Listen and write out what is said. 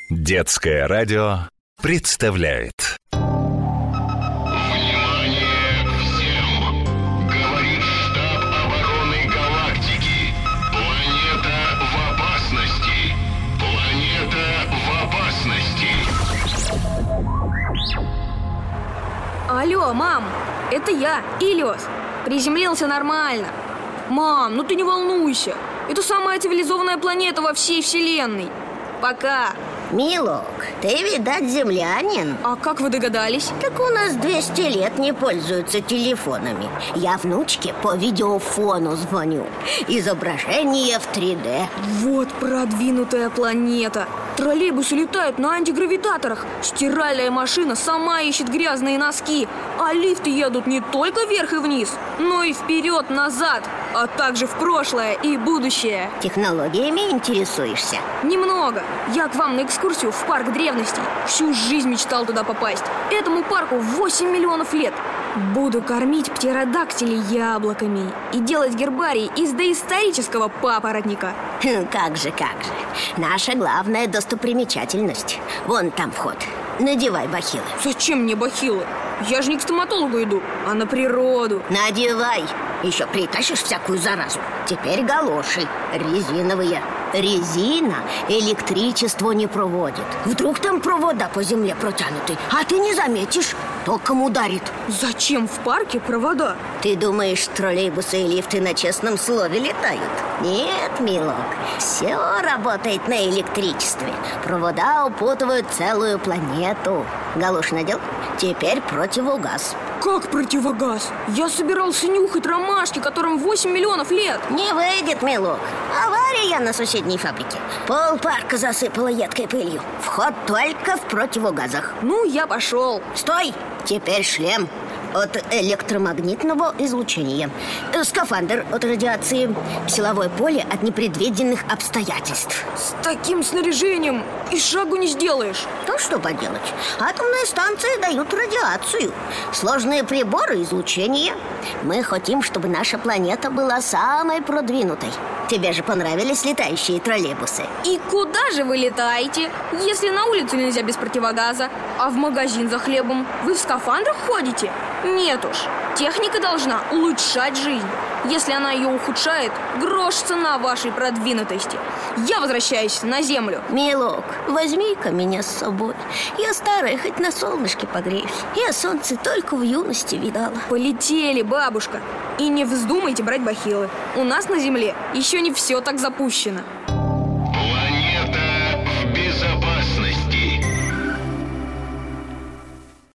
Детское радио представляет. Внимание всем! Говорит штаб обороны галактики. Планета в опасности. Планета в опасности. Алло, мам, это я, Илиос. Приземлился нормально. Мам, ну ты не волнуйся. Это самая цивилизованная планета во всей вселенной. Пока. Милок, ты, видать, землянин. А как вы догадались? Так у нас 200 лет не пользуются телефонами. Я внучке по видеофону звоню. Изображение в 3D. Вот продвинутая планета. Троллейбусы летают на антигравитаторах. Стиральная машина сама ищет грязные носки. А лифты едут не только вверх и вниз, но и вперед-назад, а также в прошлое и будущее. Технологиями интересуешься? Немного. Я к вам на экскурсию в парк древностей. Всю жизнь мечтал туда попасть. Этому парку 8 миллионов лет. Буду кормить птеродактилей яблоками и делать гербарий из доисторического папоротника. Как же. Наша главная достопримечательность. Вон там вход. Надевай бахилы. Зачем мне бахилы? Я же не к стоматологу иду, а на природу. Надевай. Еще притащишь всякую заразу. Теперь галоши резиновые. Резина электричество не проводит. Вдруг там провода по земле протянуты, а ты не заметишь, током ударит. Зачем в парке провода? Ты думаешь, троллейбусы и лифты на честном слове летают? Нет, милок, все работает на электричестве. Провода упутывают целую планету. Галош надел? Теперь противогаз. Как противогаз? Я собирался нюхать ромашки, которым 8 миллионов лет. Не выйдет, милок. Авария на соседней фабрике. Пол парка засыпала едкой пылью. Вход только в противогазах. Ну, я пошел. Стой! Теперь шлем от электромагнитного излучения, скафандр от радиации, силовое поле от непредвиденных обстоятельств. С таким снаряжением и шагу не сделаешь. То что поделать? Атомные станции дают радиацию. Сложные приборы излучения. Мы хотим, чтобы наша планета была самой продвинутой. Тебе же понравились летающие троллейбусы. И куда же вы летаете, если на улицу нельзя без противогаза? А в магазин за хлебом вы в скафандрах ходите? Нет уж, техника должна улучшать жизнь. Если она ее ухудшает, грош цена вашей продвинутости. Я возвращаюсь на Землю. Милок, возьми-ка меня с собой. Я старая, хоть на солнышке погреюсь. Я солнце только в юности видала. Полетели, бабушка. И не вздумайте брать бахилы. У нас на Земле еще не все так запущено.